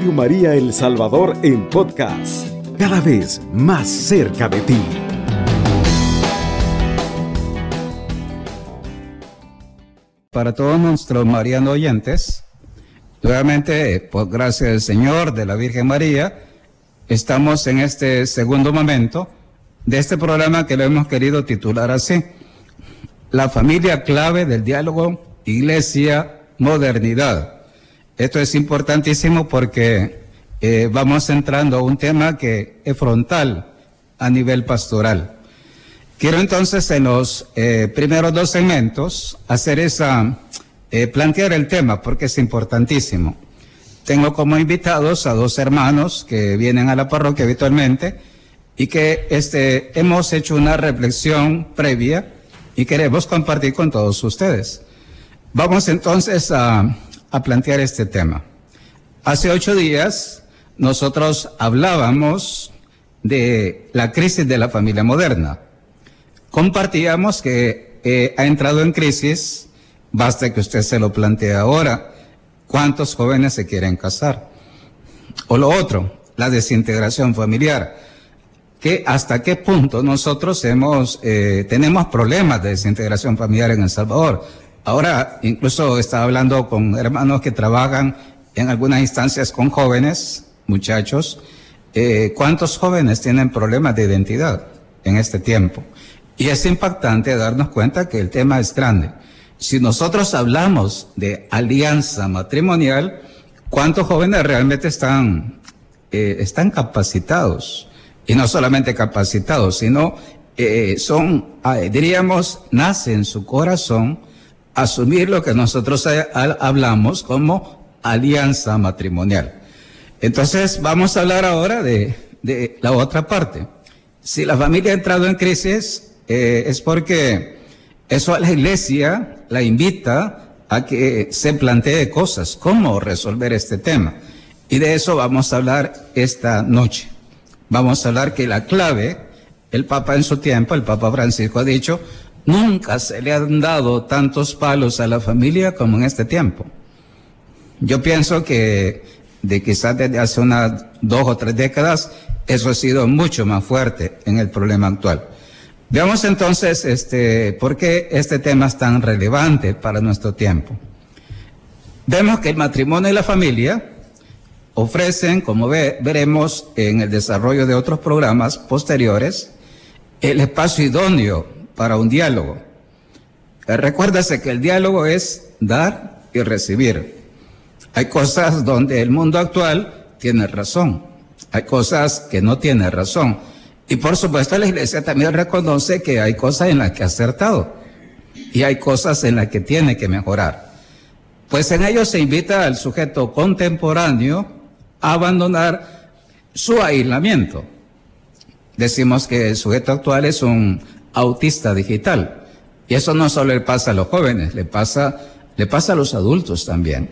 Radio María El Salvador en podcast, cada vez más cerca de ti. Para todos nuestros marianos oyentes, nuevamente, por gracia del Señor, de la Virgen María, estamos en este segundo momento de este programa que lo hemos querido titular así: La familia clave del diálogo, Iglesia, modernidad. Esto es importantísimo porque vamos entrando a un tema que es frontal a nivel pastoral. Quiero entonces en los primeros dos segmentos hacer plantear el tema porque es importantísimo. Tengo como invitados a dos hermanos que vienen a la parroquia habitualmente y que hemos hecho una reflexión previa y queremos compartir con todos ustedes. Vamos entonces a plantear este tema. Hace 8 días nosotros hablábamos de la crisis de la familia moderna. Compartíamos que ha entrado en crisis, basta que usted se lo plantee ahora, ¿cuántos jóvenes se quieren casar? O lo otro, la desintegración familiar, que hasta qué punto nosotros tenemos problemas de desintegración familiar en El Salvador. Ahora incluso estaba hablando con hermanos que trabajan en algunas instancias con jóvenes, muchachos, ¿cuántos jóvenes tienen problemas de identidad en este tiempo? Y es impactante darnos cuenta que el tema es grande. Si nosotros hablamos de alianza matrimonial, ¿cuántos jóvenes realmente están capacitados? Y no solamente capacitados, sino nace en su corazón asumir lo que nosotros hablamos como alianza matrimonial. Entonces vamos a hablar ahora de la otra parte. Si la familia ha entrado en crisis, es porque eso a la Iglesia la invita a que se plantee cosas, cómo resolver este tema. Y de eso vamos a hablar esta noche. Vamos a hablar que la clave, el Papa en su tiempo, el Papa Francisco ha dicho, nunca se le han dado tantos palos a la familia como en este tiempo. Yo pienso que quizás desde hace unas 2 o 3 décadas, eso ha sido mucho más fuerte en el problema actual. Veamos entonces por qué este tema es tan relevante para nuestro tiempo. Vemos que el matrimonio y la familia ofrecen, como veremos en el desarrollo de otros programas posteriores, el espacio idóneo para un diálogo. Recuérdase que el diálogo es dar y recibir. Hay cosas donde el mundo actual tiene razón, hay cosas que no tiene razón. Y por supuesto la Iglesia también reconoce que hay cosas en las que ha acertado y hay cosas en las que tiene que mejorar. Pues en ello se invita al sujeto contemporáneo a abandonar su aislamiento. Decimos que el sujeto actual es un autista digital y eso no solo le pasa a los jóvenes, le pasa a los adultos también.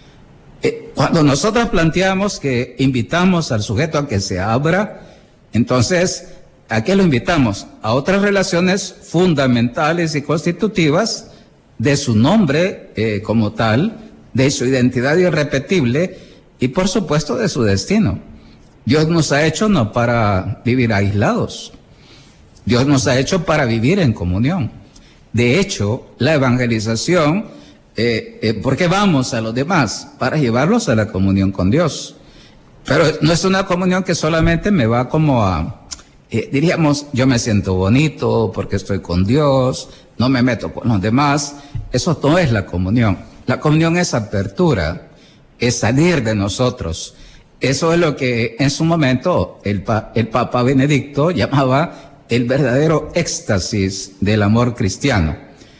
Cuando nosotros planteamos que invitamos al sujeto a que se abra, entonces, ¿a qué lo invitamos? A otras relaciones fundamentales y constitutivas de su nombre como tal, de su identidad irrepetible y por supuesto de su destino. Dios nos ha hecho no para vivir aislados, Dios nos ha hecho para vivir en comunión. De hecho, la evangelización, ¿por qué vamos a los demás? Para llevarlos a la comunión con Dios. Pero no es una comunión que solamente me va como diríamos, yo me siento bonito porque estoy con Dios, no me meto con los demás. Eso no es la comunión. La comunión es apertura, es salir de nosotros. Eso es lo que en su momento el Papa Benedicto llamaba el verdadero éxtasis del amor cristiano.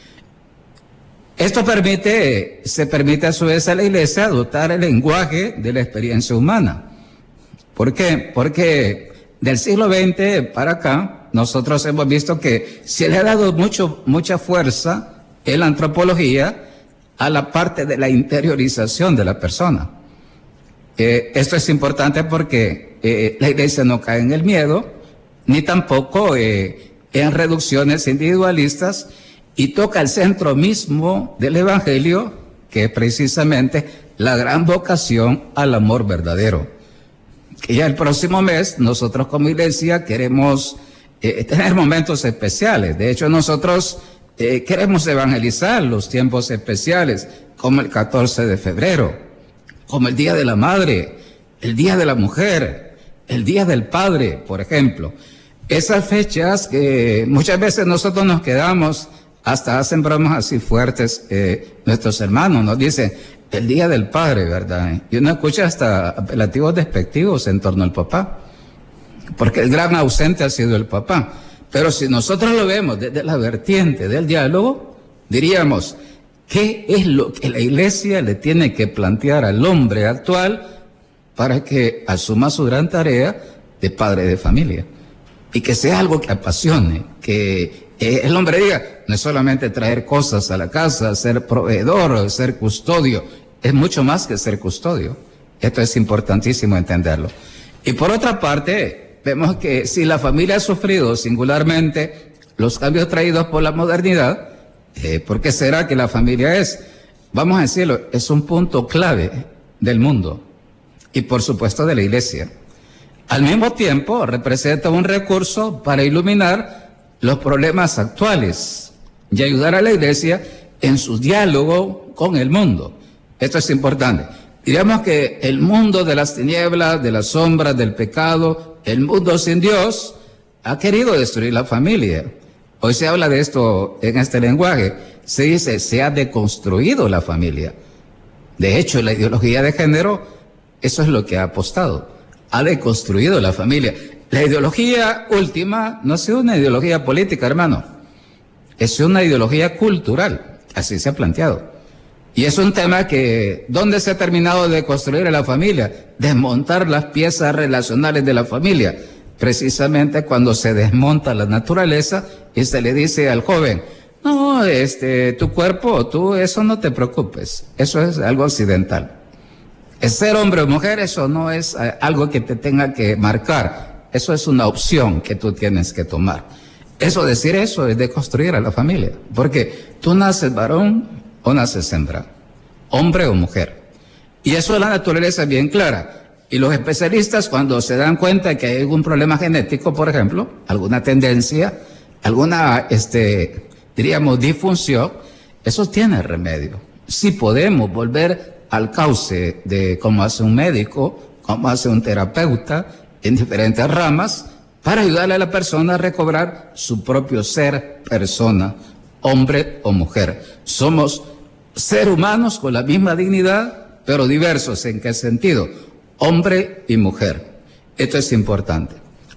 Esto se permite a su vez a la Iglesia adoptar el lenguaje de la experiencia humana. ¿Por qué? Porque del siglo XX para acá, nosotros hemos visto que se le ha dado mucha fuerza en la antropología a la parte de la interiorización de la persona. Esto es importante porque la Iglesia no cae en el miedo, ni tampoco en reducciones individualistas, y toca el centro mismo del Evangelio, que es precisamente la gran vocación al amor verdadero. Que ya el próximo mes nosotros como iglesia queremos tener momentos especiales. De hecho, nosotros queremos evangelizar los tiempos especiales, como el 14 de febrero, como el Día de la Madre, el Día de la Mujer, el Día del Padre, por ejemplo. Esas fechas que muchas veces nosotros nos quedamos, hasta hacen bromas así fuertes, nuestros hermanos nos dicen, el Día del Padre, ¿verdad? Y uno escucha hasta apelativos despectivos en torno al papá, porque el gran ausente ha sido el papá. Pero si nosotros lo vemos desde la vertiente del diálogo, diríamos, ¿qué es lo que la iglesia le tiene que plantear al hombre actual para que asuma su gran tarea de padre de familia? Y que sea algo que apasione, que el hombre diga, no es solamente traer cosas a la casa, ser proveedor, ser custodio, es mucho más que ser custodio. Esto es importantísimo entenderlo. Y por otra parte, vemos que si la familia ha sufrido singularmente los cambios traídos por la modernidad, ¿por qué será que la familia es, vamos a decirlo, es un punto clave del mundo y por supuesto de la iglesia? Al mismo tiempo representa un recurso para iluminar los problemas actuales y ayudar a la iglesia en su diálogo con el mundo. Esto es importante. Diríamos que el mundo de las tinieblas, de las sombras, del pecado, el mundo sin Dios, ha querido destruir la familia. Hoy se habla de esto en este lenguaje. Se dice, se ha deconstruido la familia. De hecho, la ideología de género, eso es lo que ha apostado. Ha deconstruido la familia. La ideología última no ha sido una ideología política, hermano. Es una ideología cultural. Así se ha planteado. Y es un tema que, ¿dónde se ha terminado de construir a la familia? Desmontar las piezas relacionales de la familia. Precisamente cuando se desmonta la naturaleza y se le dice al joven, no, tu cuerpo, tú, eso no te preocupes. Eso es algo occidental. Es ser hombre o mujer, eso no es algo que te tenga que marcar. Eso es una opción que tú tienes que tomar. Decir eso es de construir a la familia. Porque tú naces varón o naces hembra, hombre o mujer. Y eso es la naturaleza bien clara. Y los especialistas, cuando se dan cuenta que hay algún problema genético, por ejemplo, alguna tendencia, alguna, diríamos, disfunción, eso tiene remedio. Si podemos volver al cauce de cómo hace un médico, cómo hace un terapeuta en diferentes ramas, para ayudarle a la persona a recobrar su propio ser persona, hombre o mujer. Somos seres humanos con la misma dignidad, pero diversos. ¿En qué sentido? Hombre y mujer. Esto es importante.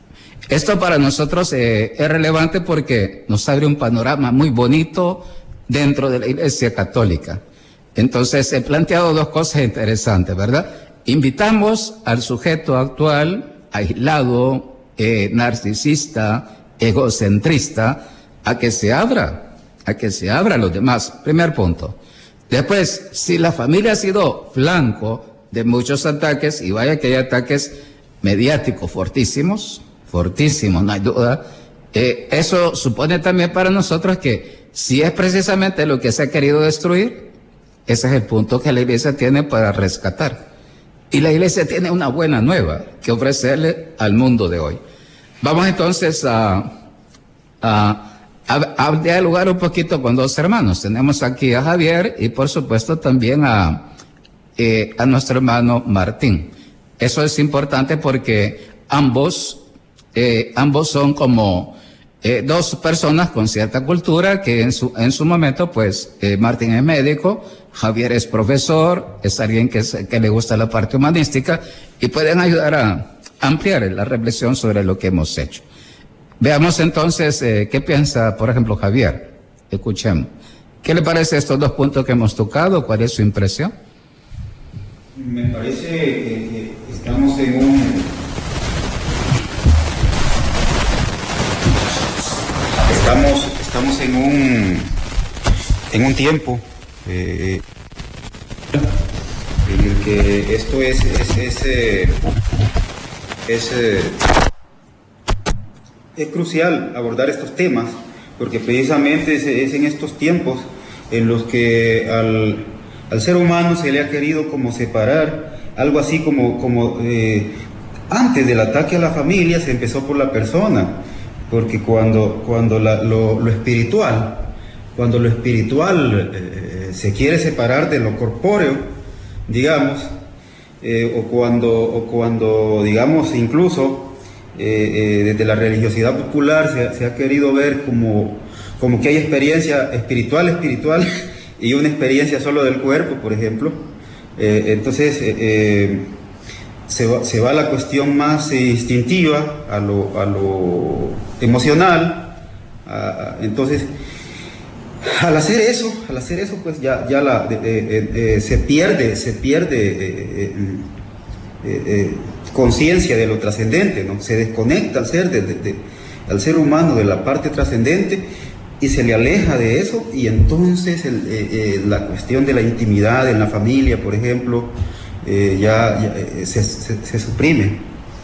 Esto para nosotros es relevante porque nos abre un panorama muy bonito dentro de la Iglesia Católica. Entonces he planteado dos cosas interesantes, ¿verdad? Invitamos al sujeto actual, aislado, narcisista, egocentrista, a que se abra a los demás. Primer punto. Después, si la familia ha sido flanco de muchos ataques, y vaya que hay ataques mediáticos fortísimos, no hay duda, eso supone también para nosotros que si es precisamente lo que se ha querido destruir, ese es el punto que la iglesia tiene para rescatar. Y la iglesia tiene una buena nueva que ofrecerle al mundo de hoy. Vamos entonces a dialogar un poquito con dos hermanos. Tenemos aquí a Javier y por supuesto también a nuestro hermano Martín. Eso es importante porque ambos son como dos personas con cierta cultura que en su momento, pues, Martín es médico, Javier es profesor, es alguien que le gusta la parte humanística y pueden ayudar a ampliar la reflexión sobre lo que hemos hecho. Veamos entonces qué piensa, por ejemplo, Javier. Escuchemos. ¿Qué le parece estos dos puntos que hemos tocado? ¿Cuál es su impresión? Me parece que estamos en un tiempo en el que esto es crucial abordar estos temas, porque precisamente es en estos tiempos en los que al ser humano se le ha querido como separar, algo así como antes del ataque a la familia se empezó por la persona, porque cuando lo espiritual se quiere separar de lo corpóreo, digamos, o cuando digamos incluso desde la religiosidad popular se ha querido ver como que hay experiencia espiritual y una experiencia solo del cuerpo, por ejemplo. Entonces se va a la cuestión más instintiva, a lo emocional. Entonces, al hacer eso, pues ya se pierde conciencia de lo trascendente, ¿no? Se desconecta al ser humano de la parte trascendente y se le aleja de eso, y entonces la cuestión de la intimidad en la familia, por ejemplo, se suprime.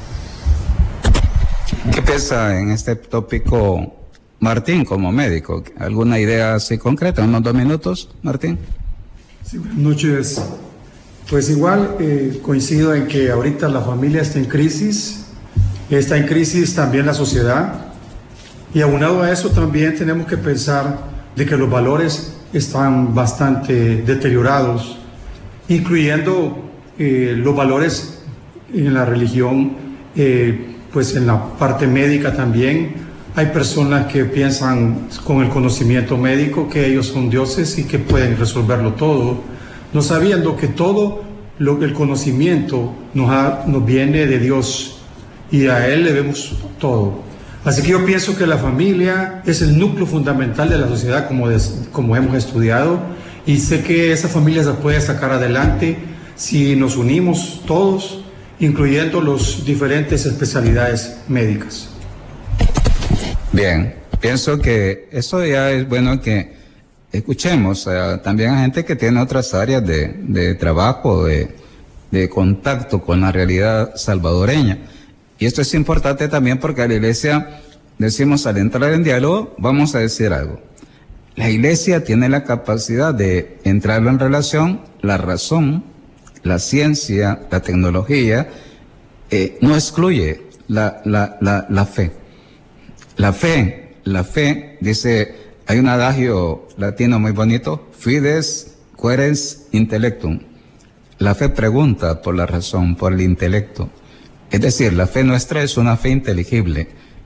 ¿Qué piensa en este tópico Martín como médico? ¿Alguna idea así concreta en unos 2 minutos, Martín? Sí, buenas noches. Pues igual coincido en que ahorita la familia está en crisis también la sociedad, y aunado a eso también tenemos que pensar de que los valores están bastante deteriorados, incluyendo los valores en la religión, pues en la parte médica también. Hay personas que piensan con el conocimiento médico que ellos son dioses y que pueden resolverlo todo, no sabiendo que todo el conocimiento nos viene de Dios y a Él le debemos todo. Así que yo pienso que la familia es el núcleo fundamental de la sociedad, como hemos estudiado, y sé que esa familia se puede sacar adelante si nos unimos todos, incluyendo las diferentes especialidades médicas. Bien, pienso que eso ya es bueno que escuchemos también a gente que tiene otras áreas de trabajo, de contacto con la realidad salvadoreña. Y esto es importante también porque a la iglesia decimos, al entrar en diálogo, vamos a decir algo. La iglesia tiene la capacidad de entrar en relación, la razón, la ciencia, la tecnología, no excluye la fe. La fe, dice, hay un adagio latino muy bonito, fides querens intellectum. La fe pregunta por la razón, por el intelecto. Es decir, la fe nuestra es una fe inteligible,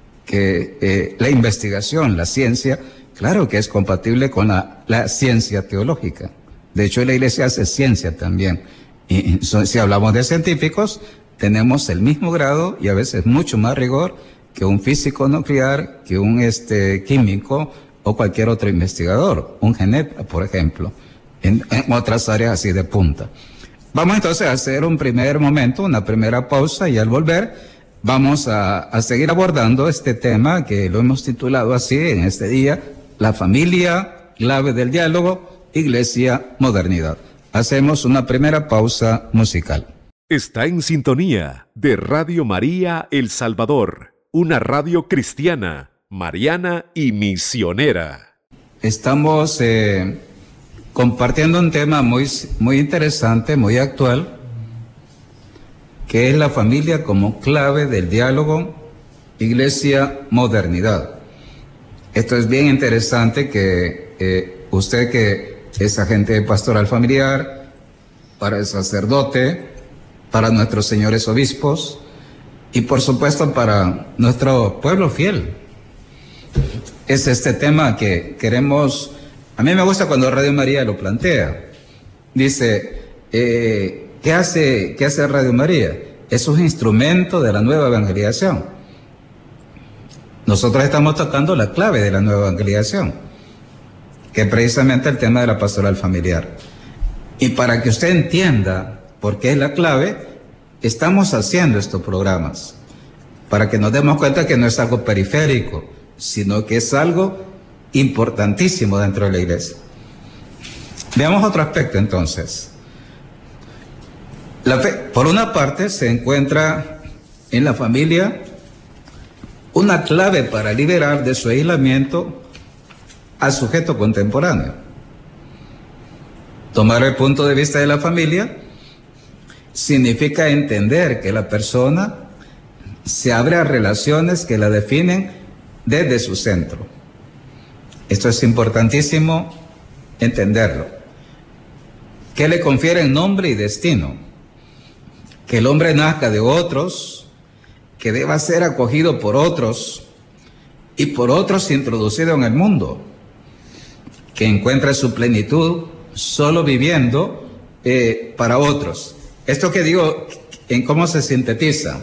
que la investigación, la ciencia, claro que es compatible con la ciencia teológica. De hecho, la iglesia hace ciencia también. Y si hablamos de científicos, tenemos el mismo grado y a veces mucho más rigor que un físico nuclear, que un químico o cualquier otro investigador, un geneta, por ejemplo, en otras áreas así de punta. Vamos entonces a hacer un primer momento, una primera pausa, y al volver vamos a seguir abordando este tema que lo hemos titulado así en este día, la familia, clave del diálogo, iglesia, modernidad. Hacemos una primera pausa musical. Está en sintonía de Radio María El Salvador, una radio cristiana, mariana y misionera. Estamos compartiendo un tema muy interesante, muy actual, que es la familia como clave del diálogo, iglesia, modernidad. Esto es bien interesante que usted, que es agente pastoral familiar, para el sacerdote, para nuestros señores obispos y por supuesto para nuestro pueblo fiel. Es este tema que queremos. A mí me gusta cuando Radio María lo plantea. Dice, ¿qué hace Radio María? Es un instrumento de la nueva evangelización. Nosotros estamos tocando la clave de la nueva evangelización, que es precisamente el tema de la pastoral familiar. Y para que usted entienda por qué es la clave, estamos haciendo estos programas, para que nos demos cuenta que no es algo periférico, sino que es algo importantísimo dentro de la iglesia. Veamos otro aspecto entonces. La fe, por una parte, se encuentra en la familia una clave para liberar de su aislamiento al sujeto contemporáneo. Tomar el punto de vista de la familia significa entender que la persona se abre a relaciones que la definen desde su centro. Esto es importantísimo entenderlo. Que le confieren nombre y destino. Que el hombre nazca de otros, que deba ser acogido por otros y por otros introducido en el mundo. Que encuentre su plenitud solo viviendo para otros. Esto que digo, ¿en cómo se sintetiza?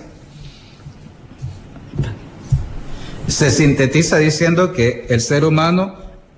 Se sintetiza diciendo que el ser humano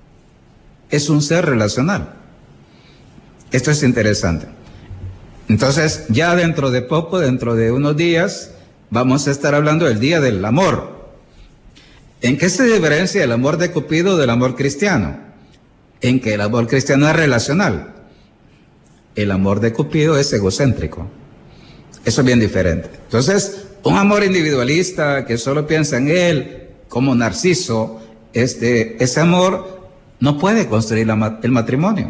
es un ser relacional. Esto es interesante. Entonces, ya dentro de poco, dentro de unos días, vamos a estar hablando del Día del Amor. ¿En qué se diferencia el amor de Cupido del amor cristiano? En que el amor cristiano es relacional. El amor de Cupido es egocéntrico. Eso es bien diferente. Entonces, un amor individualista que solo piensa en él, como Narciso, ese amor no puede construir el matrimonio.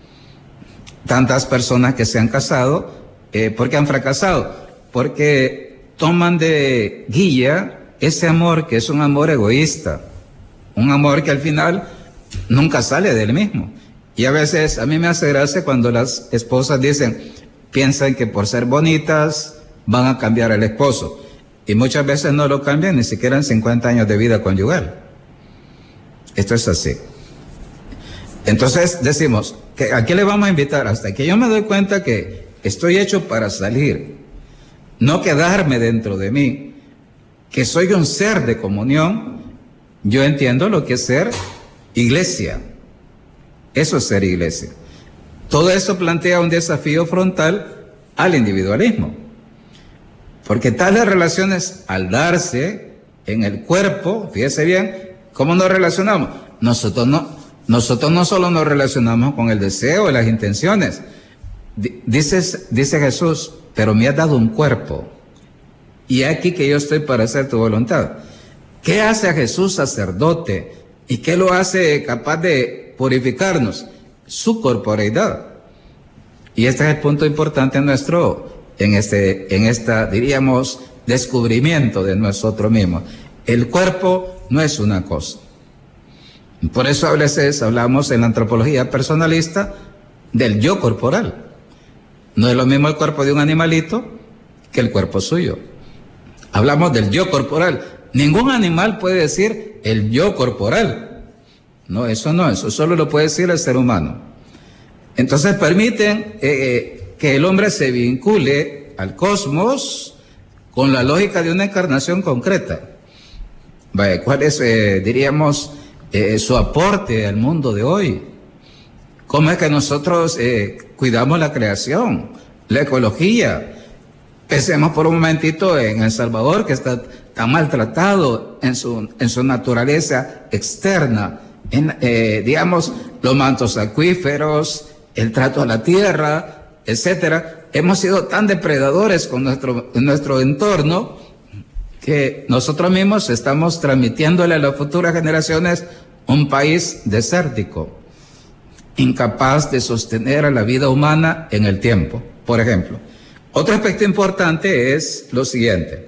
Tantas personas que se han casado, ¿por qué han fracasado? Porque toman de guía ese amor que es un amor egoísta, un amor que al final nunca sale del mismo. Y a veces a mí me hace gracia cuando las esposas piensan que por ser bonitas van a cambiar al esposo. Y muchas veces no lo cambian ni siquiera en 50 años de vida conyugal. Esto es así. Entonces decimos, ¿a qué le vamos a invitar? Hasta que yo me doy cuenta que estoy hecho para salir, no quedarme dentro de mí, que soy un ser de comunión, yo entiendo lo que es ser iglesia. Eso es ser iglesia. Todo eso plantea un desafío frontal al individualismo. Porque tales relaciones, al darse en el cuerpo, fíjese bien, ¿cómo nos relacionamos? Nosotros no solo nos relacionamos con el deseo y las intenciones. Dice Jesús, pero me has dado un cuerpo. Y aquí que yo estoy para hacer tu voluntad. ¿Qué hace a Jesús sacerdote? ¿Y qué lo hace capaz de purificarnos? Su corporeidad. Y este es el punto importante en esta, diríamos, descubrimiento de nosotros mismos. El cuerpo no es una cosa. Por eso a veces hablamos en la antropología personalista del yo corporal. No es lo mismo el cuerpo de un animalito que el cuerpo suyo. Hablamos del yo corporal. Ningún animal puede decir el yo corporal. No, eso solo lo puede decir el ser humano. Entonces permiten que el hombre se vincule al cosmos con la lógica de una encarnación concreta. ¿Cuál es, diríamos, su aporte al mundo de hoy? ¿Cómo es que nosotros cuidamos la creación, la ecología? Pensemos por un momentito en El Salvador, que está tan maltratado en su naturaleza externa, digamos, los mantos acuíferos, el trato a la tierra, etcétera. Hemos sido tan depredadores con nuestro entorno que nosotros mismos estamos transmitiéndole a las futuras generaciones un país desértico, incapaz de sostener a la vida humana en el tiempo. Por ejemplo, otro aspecto importante es lo siguiente.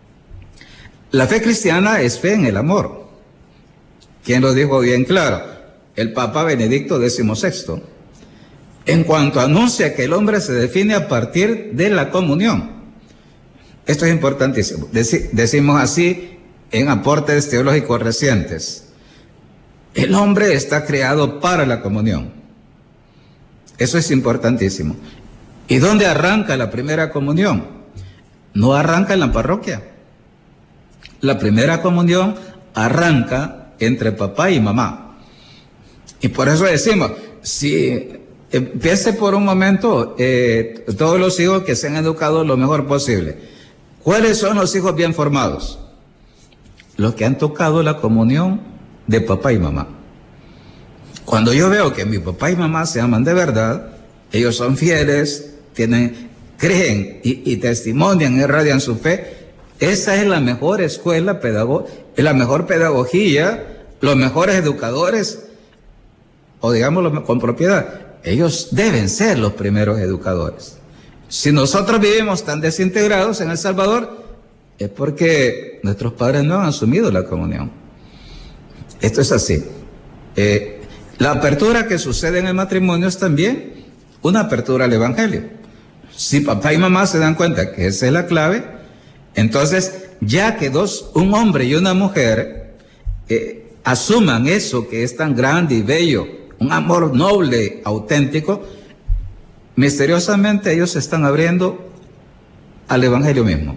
La fe cristiana es fe en el amor. ¿Quién lo dijo bien claro? El Papa Benedicto XVI. En cuanto anuncia que el hombre se define a partir de la comunión. Esto es importantísimo. Decimos así en aportes teológicos recientes. El hombre está creado para la comunión. Eso es importantísimo. ¿Y dónde arranca la primera comunión? No arranca en la parroquia. La primera comunión arranca entre papá y mamá. Y por eso decimos, si empiece por un momento, todos los hijos que sean educados lo mejor posible. ¿Cuáles son los hijos bien formados? Los que han tocado la comunión de papá y mamá. Cuando yo veo que mi papá y mamá se aman de verdad, ellos son fieles, creen y testimonian y irradian su fe, esa es la mejor escuela la mejor pedagogía, los mejores educadores, o digámoslo con propiedad, ellos deben ser los primeros educadores. Si nosotros vivimos tan desintegrados en El Salvador, es porque nuestros padres no han asumido la comunión. Esto es así. La apertura que sucede en el matrimonio es también una apertura al Evangelio. Si papá y mamá se dan cuenta que esa es la clave, entonces ya que un hombre y una mujer asuman eso que es tan grande y bello, un amor noble, auténtico, misteriosamente ellos se están abriendo al Evangelio mismo.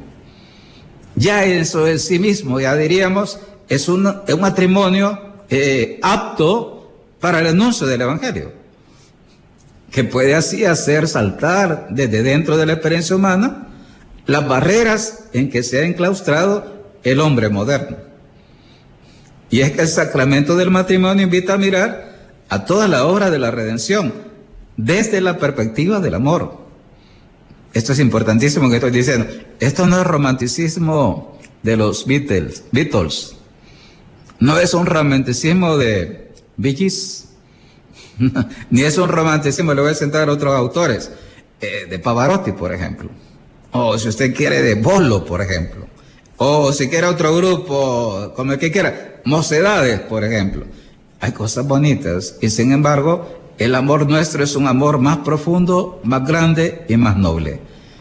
Ya eso en sí mismo, ya diríamos, es un matrimonio apto para el anuncio del Evangelio, que puede así hacer saltar desde dentro de la experiencia humana las barreras en que se ha enclaustrado el hombre moderno. Y es que el sacramento del matrimonio invita a mirar a toda la obra de la redención desde la perspectiva del amor. Esto es importantísimo que estoy diciendo. Esto no es romanticismo de los Beatles. No es un romanticismo de Bee Gees. Ni es un romanticismo, le voy a sentar a otros autores, de Pavarotti, por ejemplo. O si usted quiere, de Bolo, por ejemplo. O si quiere otro grupo, como el que quiera, Mocedades, por ejemplo. Hay cosas bonitas y sin embargo el amor nuestro es un amor más profundo, más grande y más noble.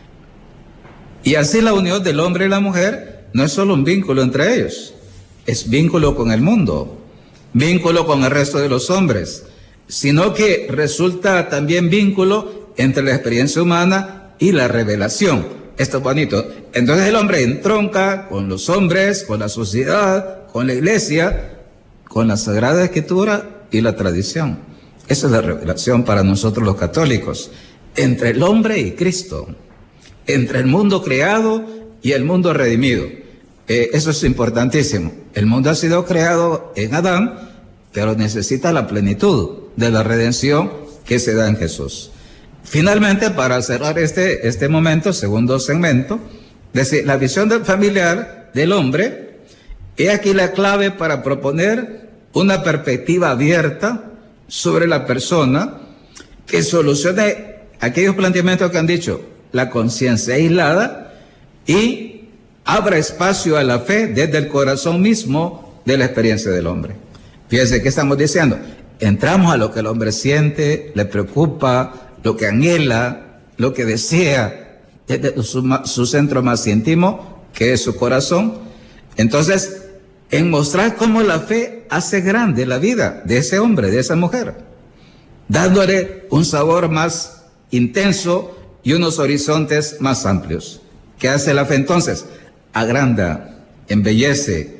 Y así la unión del hombre y la mujer no es solo un vínculo entre ellos, es vínculo con el mundo, vínculo con el resto de los hombres, sino que resulta también vínculo entre la experiencia humana y la revelación. Esto es bonito. Entonces el hombre entronca con los hombres, con la sociedad, con la iglesia, con la Sagrada Escritura y la tradición. Esa es la revelación para nosotros los católicos, entre el hombre y Cristo, entre el mundo creado y el mundo redimido. Eso es importantísimo. El mundo ha sido creado en Adán, pero necesita la plenitud de la redención que se da en Jesús. Finalmente, para cerrar este momento, segundo segmento, decir, la visión del familiar del hombre, he aquí la clave para proponer una perspectiva abierta sobre la persona que solucione aquellos planteamientos que han dicho la conciencia aislada y abra espacio a la fe desde el corazón mismo de la experiencia del hombre. Fíjense, ¿qué estamos diciendo? Entramos a lo que el hombre siente, le preocupa, lo que anhela, lo que desea desde su centro más íntimo, que es su corazón. Entonces, en mostrar cómo la fe hace grande la vida de ese hombre, de esa mujer, dándole un sabor más intenso y unos horizontes más amplios. ¿Qué hace la fe entonces? Agranda, embellece,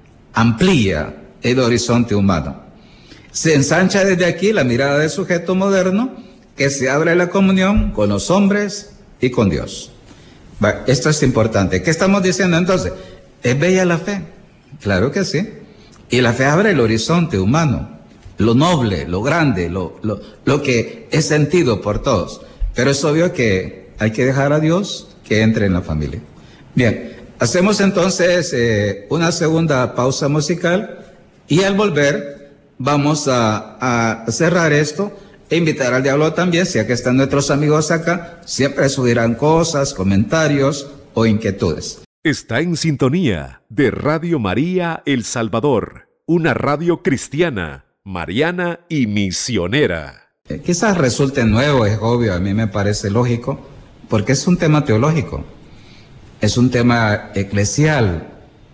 amplía el horizonte humano. Se ensancha desde aquí la mirada del sujeto moderno que se abre a la comunión con los hombres y con Dios. Esto es importante. ¿Qué estamos diciendo entonces? ¿Es bella la fe? Claro que sí. Y la fe abre el horizonte humano, lo noble, lo grande, lo que es sentido por todos. Pero es obvio que hay que dejar a Dios que entre en la familia. Bien, hacemos entonces una segunda pausa musical y al volver vamos a cerrar esto e invitar al diálogo también, si aquí están nuestros amigos acá, siempre subirán cosas, comentarios o inquietudes. Está en sintonía de Radio María El Salvador, una radio cristiana, mariana y misionera. Quizás resulte nuevo, es obvio, a mí me parece lógico, porque es un tema teológico, es un tema eclesial,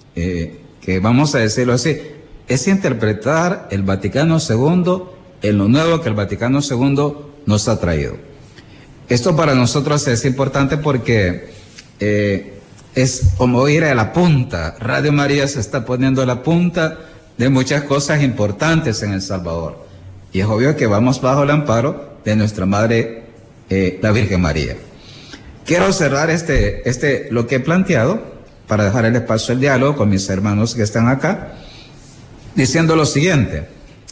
que vamos a decirlo así, es interpretar el Vaticano II en lo nuevo que el Vaticano II nos ha traído. Esto para nosotros es importante porque es como ir a la punta. Radio María se está poniendo a la punta de muchas cosas importantes en El Salvador. Y es obvio que vamos bajo el amparo de nuestra Madre, la Virgen María. Quiero cerrar lo que he planteado para dejar el espacio al diálogo con mis hermanos que están acá, diciendo lo siguiente.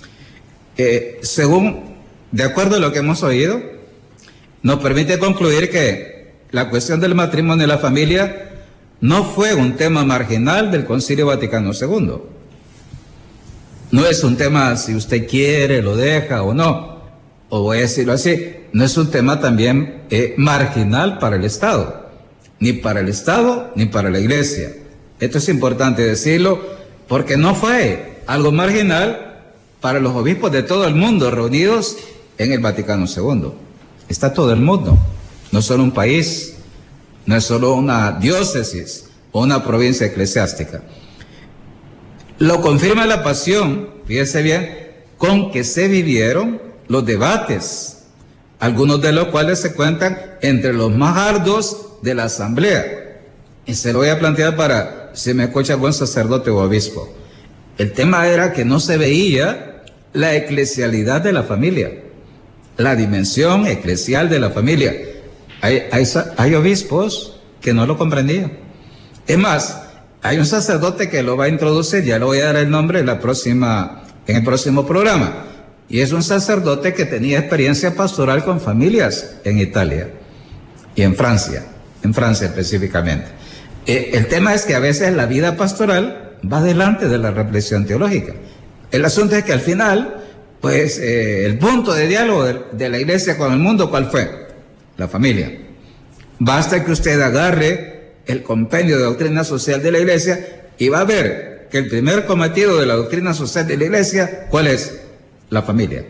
De acuerdo a lo que hemos oído, nos permite concluir que la cuestión del matrimonio y la familia no fue un tema marginal del Concilio Vaticano II. No es un tema si usted quiere, lo deja o no. o voy a decirlo así, no es un tema también marginal para el Estado, ni para el Estado ni para la Iglesia. Esto es importante decirlo porque no fue algo marginal para los obispos de todo el mundo reunidos en el Vaticano II. Está todo el mundo, no solo un país, no es solo una diócesis o una provincia eclesiástica. Lo confirma la pasión, fíjese bien, con que se vivieron los debates, algunos de los cuales se cuentan entre los más arduos de la asamblea. Y se lo voy a plantear para si me escucha buen sacerdote o obispo. El tema era que no se veía la eclesialidad de la familia, la dimensión eclesial de la familia. Hay obispos que no lo comprendían. Es más, hay un sacerdote que lo va a introducir, ya le voy a dar el nombre en el próximo programa. Y es un sacerdote que tenía experiencia pastoral con familias en Italia y en Francia específicamente. El tema es que a veces la vida pastoral va delante de la reflexión teológica. El asunto es que al final, pues el punto de diálogo de la Iglesia con el mundo, ¿cuál fue? La familia. Basta que usted agarre el compendio de doctrina social de la Iglesia y va a ver que el primer cometido de la doctrina social de la Iglesia, ¿cuál es? La familia.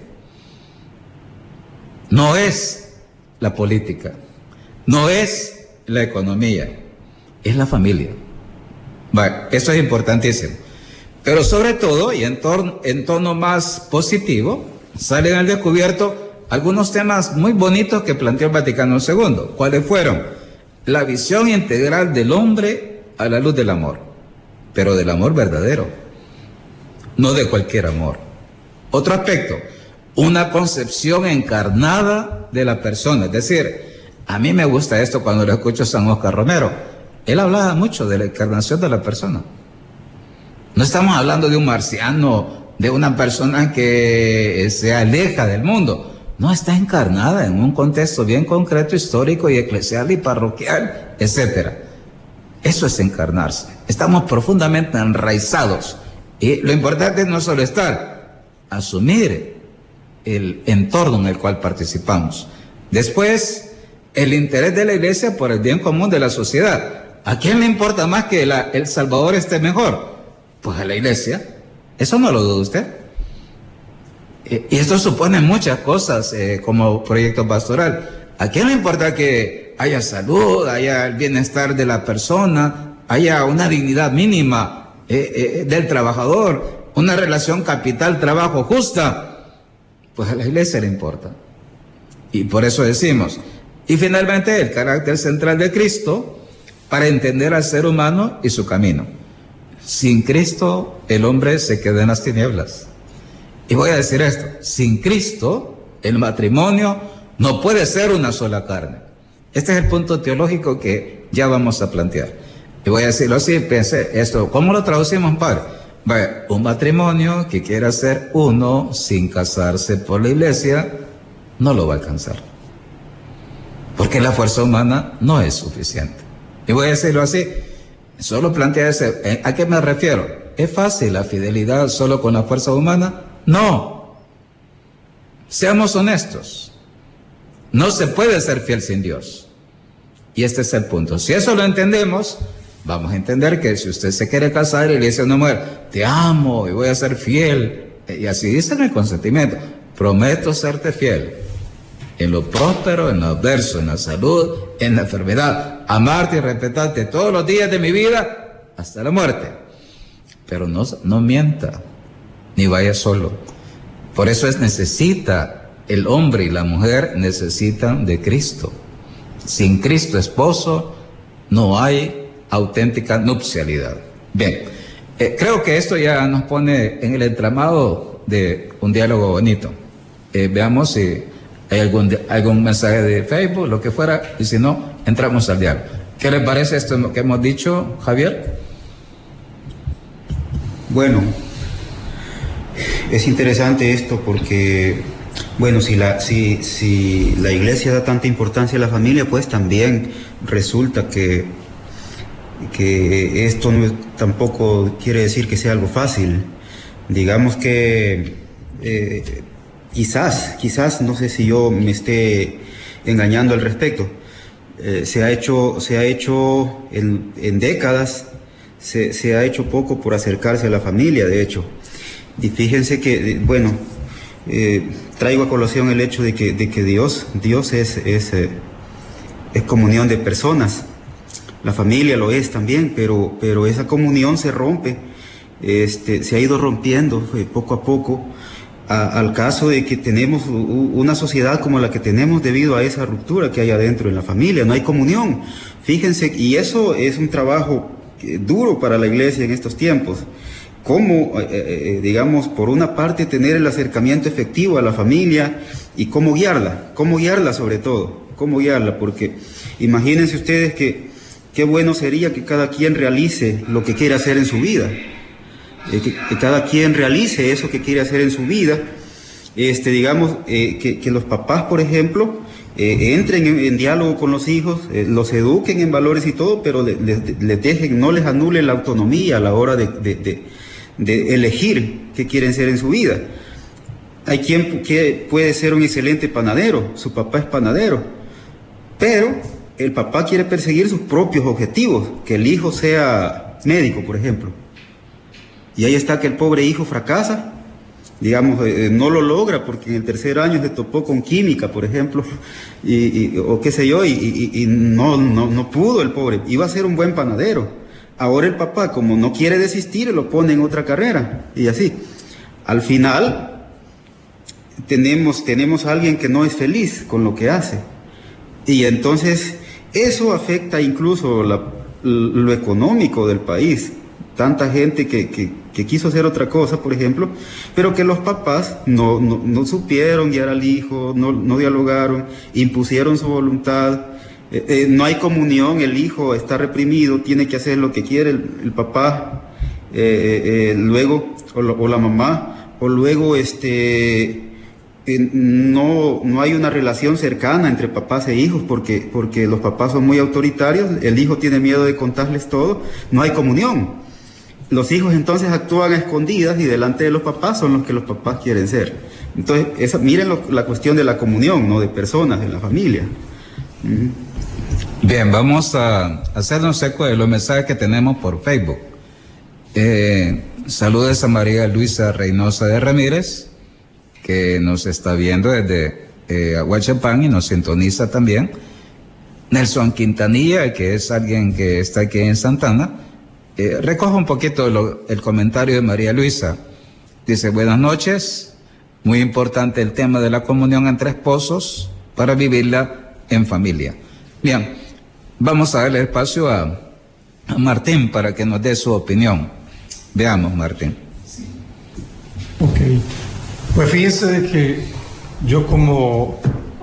No es la política, no es la economía, es la familia. Bueno, eso es importantísimo. Pero sobre todo, y en tono más positivo, salen al descubierto algunos temas muy bonitos que planteó el Vaticano II. ¿Cuáles fueron? La visión integral del hombre a la luz del amor, pero del amor verdadero, no de cualquier amor. Otro aspecto, una concepción encarnada de la persona. Es decir, a mí me gusta esto cuando lo escucho a San Óscar Romero. Él hablaba mucho de la encarnación de la persona. No estamos hablando de un marciano, de una persona que se aleja del mundo. No, está encarnada en un contexto bien concreto, histórico y eclesial y parroquial, etc. Eso es encarnarse. Estamos profundamente enraizados. Y lo importante es no solo asumir el entorno en el cual participamos. Después, el interés de la Iglesia por el bien común de la sociedad. ¿A quién le importa más que el Salvador esté mejor? Pues a la Iglesia. Eso no lo duda usted. Y esto supone muchas cosas como proyecto pastoral. ¿A quién le importa que haya salud, haya el bienestar de la persona, haya una dignidad mínima del trabajador, una relación capital-trabajo justa? Pues a la Iglesia le importa. Y por eso decimos. Y finalmente el carácter central de Cristo para entender al ser humano y su camino. Sin Cristo el hombre se queda en las tinieblas. Y voy a decir esto, sin Cristo el matrimonio no puede ser una sola carne. Este es el punto teológico que ya vamos a plantear. Y voy a decirlo así, pensé esto, ¿cómo lo traducimos, padre? Vaya, un matrimonio que quiera ser uno sin casarse por la Iglesia no lo va a alcanzar. Porque la fuerza humana no es suficiente. Y voy a decirlo así, solo plantea ese, ¿a qué me refiero? ¿Es fácil la fidelidad solo con la fuerza humana? No. Seamos honestos. No se puede ser fiel sin Dios. Y este es el punto. Si eso lo entendemos, vamos a entender que si usted se quiere casar y le dice a una mujer, te amo y voy a ser fiel, y así dice en el consentimiento, prometo serte fiel en lo próspero, en lo adverso, en la salud, en la enfermedad, amarte y respetarte todos los días de mi vida hasta la muerte. Pero no mienta, ni vaya solo. Por eso necesita, el hombre y la mujer necesitan de Cristo. Sin Cristo esposo no hay auténtica nupcialidad. Bien, creo que esto ya nos pone en el entramado de un diálogo bonito. Veamos si hay algún mensaje de Facebook, lo que fuera, y si no, entramos al diálogo. ¿Qué les parece esto que hemos dicho, Javier? Bueno, es interesante esto porque, bueno, si la Iglesia da tanta importancia a la familia, pues también resulta que esto no, tampoco quiere decir que sea algo fácil. Digamos que quizás, no sé si yo me esté engañando al respecto, se ha hecho en décadas, se ha hecho poco por acercarse a la familia, de hecho. Y fíjense que, bueno, traigo a colación el hecho de que Dios es comunión de personas. La familia lo es también, pero esa comunión se rompe, se ha ido rompiendo poco a poco, al caso de que tenemos una sociedad como la que tenemos debido a esa ruptura que hay adentro en la familia. No hay comunión, fíjense, y eso es un trabajo duro para la iglesia en estos tiempos. Cómo, digamos, por una parte tener el acercamiento efectivo a la familia y cómo guiarla sobre todo, porque imagínense ustedes que qué bueno sería que cada quien realice lo que quiere hacer en su vida, que cada quien realice eso que quiere hacer en su vida, digamos, que los papás, por ejemplo, entren en diálogo con los hijos, los eduquen en valores y todo, pero les dejen, no les anulen la autonomía a la hora de elegir qué quieren ser en su vida. Hay quien que puede ser un excelente panadero, su papá es panadero, pero el papá quiere perseguir sus propios objetivos, que el hijo sea médico, por ejemplo. Y ahí está que el pobre hijo fracasa, digamos, no lo logra porque en el tercer año se topó con química, por ejemplo, o qué sé yo, y no pudo el pobre. Iba a ser un buen panadero. Ahora el papá, como no quiere desistir, lo pone en otra carrera, y así. Al final, tenemos a alguien que no es feliz con lo que hace. Y entonces, eso afecta incluso lo económico del país. Tanta gente que quiso hacer otra cosa, por ejemplo, pero que los papás no supieron guiar al hijo, no dialogaron, impusieron su voluntad. No hay comunión, el hijo está reprimido, tiene que hacer lo que quiere el papá, luego, o la mamá, o luego no hay una relación cercana entre papás e hijos porque los papás son muy autoritarios, el hijo tiene miedo de contarles todo, no hay comunión. Los hijos entonces actúan a escondidas y delante de los papás son los que los papás quieren ser. Entonces, miren la cuestión de la comunión, ¿no? De personas, de la familia. Bien, vamos a hacernos eco de los mensajes que tenemos por Facebook. Saludos a María Luisa Reynosa de Ramírez, que nos está viendo desde Aguachapán y nos sintoniza también. Nelson Quintanilla, que es alguien que está aquí en Santana, recojo un poquito el comentario de María Luisa. Dice, buenas noches, muy importante el tema de la comunión entre esposos para vivirla en familia. Bien, vamos a darle espacio a Martín para que nos dé su opinión. Veamos, Martín. Sí. Ok, pues fíjense de que yo como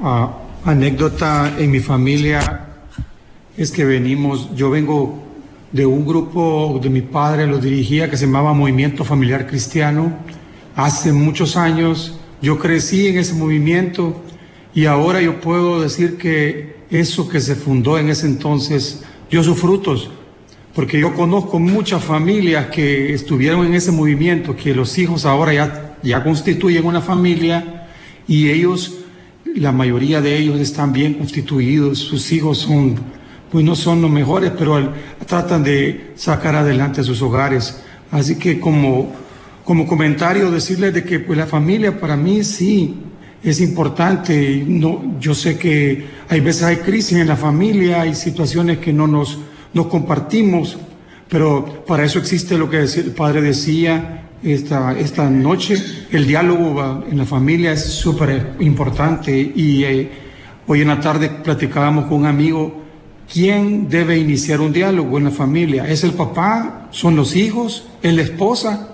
anécdota en mi familia es que yo vengo de un grupo de mi padre, lo dirigía, que se llamaba Movimiento Familiar Cristiano. Hace muchos años yo crecí en ese movimiento y ahora yo puedo decir que eso que se fundó en ese entonces dio sus frutos, porque yo conozco muchas familias que estuvieron en ese movimiento, que los hijos ahora ya constituyen una familia y ellos, la mayoría de ellos están bien constituidos, sus hijos pues no son los mejores, pero tratan de sacar adelante sus hogares. Así que como comentario decirles de que pues la familia para mí sí es importante. Yo sé que hay veces hay crisis en la familia, hay situaciones que no nos compartimos, pero para eso existe lo que el padre decía esta noche. El diálogo en la familia es súper importante y hoy en la tarde platicábamos con un amigo. ¿Quién debe iniciar un diálogo en la familia? ¿Es el papá? ¿Son los hijos? ¿Es la esposa?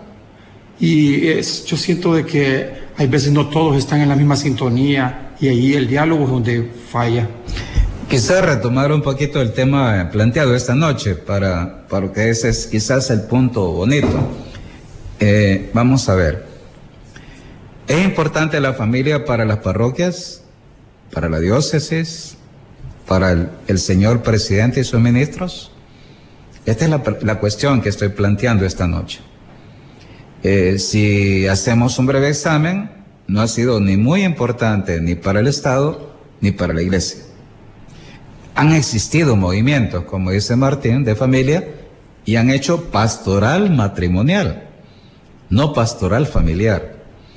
Y yo siento de que hay veces no todos están en la misma sintonía y ahí el diálogo es donde falla. Quizás retomar un poquito el tema planteado esta noche para que ese es quizás el punto bonito. Vamos a ver. ¿Es importante la familia para las parroquias, para la diócesis, para el señor presidente y sus ministros? Esta es la cuestión que estoy planteando esta noche. Si hacemos un breve examen, no ha sido ni muy importante ni para el Estado ni para la Iglesia. Han existido movimientos, como dice Martín, de familia, y han hecho pastoral matrimonial, no pastoral familiar.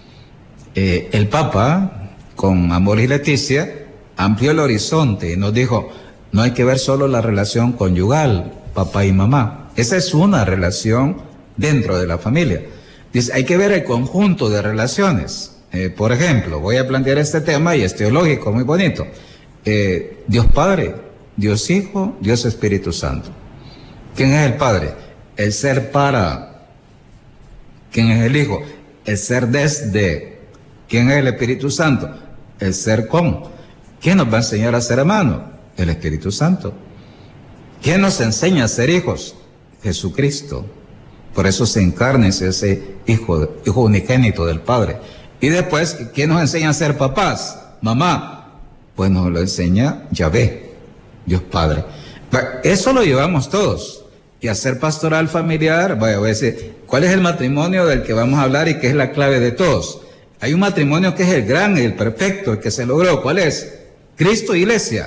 El Papa, con Amor y Leticia, amplió el horizonte y nos dijo, no hay que ver solo la relación conyugal, papá y mamá. Esa es una relación dentro de la familia. Dice, hay que ver el conjunto de relaciones. Por ejemplo, voy a plantear este tema y es teológico, muy bonito. Dios Padre, Dios Hijo, Dios Espíritu Santo. ¿Quién es el Padre? El ser para. ¿Quién es el Hijo? El ser desde. ¿Quién es el Espíritu Santo? El ser con. ¿Quién nos va a enseñar a ser hermanos? El Espíritu Santo. ¿Quién nos enseña a ser hijos? Jesucristo. Por eso se encarna ese hijo unigénito del Padre. Y después, ¿quién nos enseña a ser papás? Mamá. Pues nos lo enseña Yahvé, Dios Padre. Eso lo llevamos todos. Y hacer pastoral familiar, voy a decir, ¿cuál es el matrimonio del que vamos a hablar y que es la clave de todos? Hay un matrimonio que es el gran, el perfecto, el que se logró. ¿Cuál es? Cristo e Iglesia.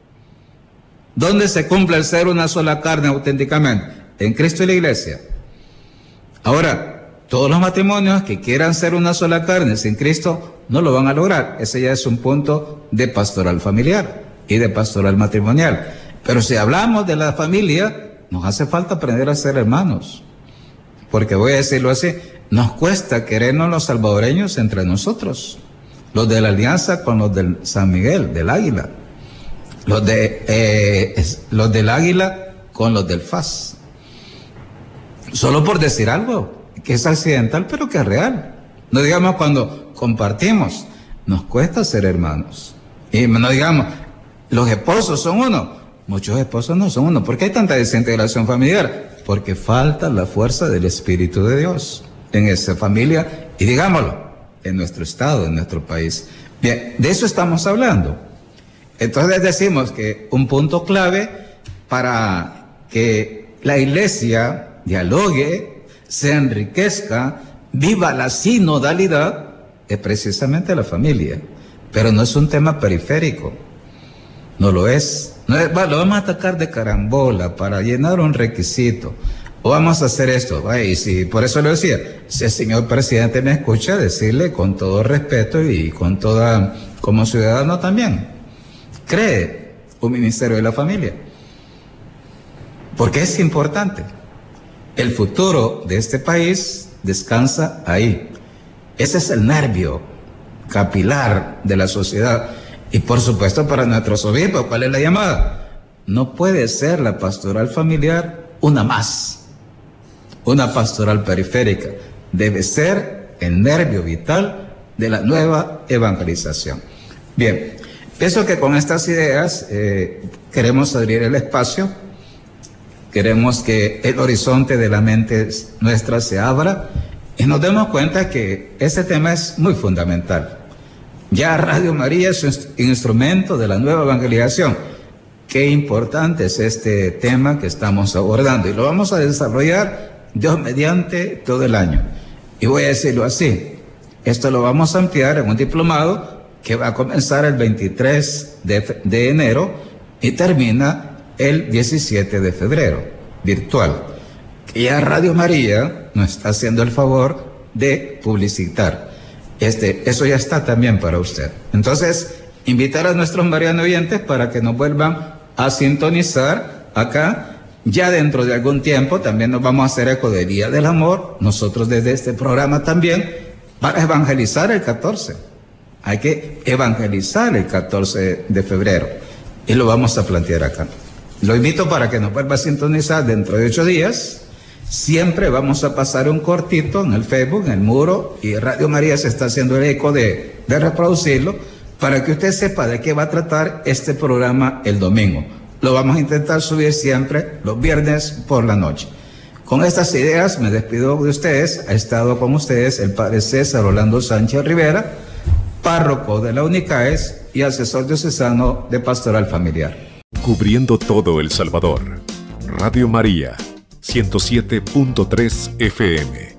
¿Dónde se cumple el ser una sola carne auténticamente? En Cristo y la Iglesia. Ahora, todos los matrimonios que quieran ser una sola carne sin Cristo no lo van a lograr. Ese ya es un punto de pastoral familiar y de pastoral matrimonial. Pero si hablamos de la familia, nos hace falta aprender a ser hermanos. Porque voy a decirlo así, nos cuesta querernos los salvadoreños entre nosotros. Los de la Alianza con los del San Miguel, del Águila. Los del Águila con los del FAS. Solo por decir algo que es accidental, pero que es real. No digamos cuando compartimos, nos cuesta ser hermanos. Y no digamos, los esposos son uno. Muchos esposos no son uno. ¿Por qué hay tanta desintegración familiar? Porque falta la fuerza del Espíritu de Dios en esa familia y digámoslo, en nuestro estado, en nuestro país. Bien, de eso estamos hablando. Entonces decimos que un punto clave para que la Iglesia dialogue, se enriquezca, viva la sinodalidad, es precisamente la familia. Pero no es un tema periférico, no lo es. No es, lo vamos a atacar de carambola para llenar un requisito, o vamos a hacer esto. Y si, por eso le decía, si el señor presidente me escucha, decirle con todo respeto y con toda, como ciudadano también, cree un ministerio de la familia, porque es importante. El futuro de este país descansa ahí. Ese es el nervio capilar de la sociedad. Y por supuesto para nuestros obispos, ¿cuál es la llamada? No puede ser la pastoral familiar una más, una pastoral periférica. Debe ser el nervio vital de la nueva evangelización. Bien, pienso que con estas ideas queremos abrir el espacio. Queremos que el horizonte de la mente nuestra se abra y nos demos cuenta que ese tema es muy fundamental. Ya Radio María es un instrumento de la nueva evangelización. Qué importante es este tema que estamos abordando y lo vamos a desarrollar Dios mediante todo el año. Y voy a decirlo así, esto lo vamos a ampliar en un diplomado que va a comenzar el 23 de enero y termina el 17 de febrero, virtual, que ya Radio María nos está haciendo el favor de publicitar. Eso ya está también para usted. Entonces, invitar a nuestros marianos oyentes para que nos vuelvan a sintonizar acá. Ya dentro de algún tiempo también nos vamos a hacer eco de Día del Amor, nosotros desde este programa también, para evangelizar el 14. Hay que evangelizar el 14 de febrero y lo vamos a plantear acá. Lo invito para que nos vuelva a sintonizar dentro de 8 días. Siempre vamos a pasar un cortito en el Facebook, en el muro, y Radio María se está haciendo el eco de reproducirlo para que usted sepa de qué va a tratar este programa el domingo. Lo vamos a intentar subir siempre los viernes por la noche. Con estas ideas me despido de ustedes. Ha estado con ustedes el padre César Orlando Sánchez Rivera, párroco de la UNICAES y asesor diocesano de Pastoral Familiar. Cubriendo todo El Salvador. Radio María, 107.3 FM.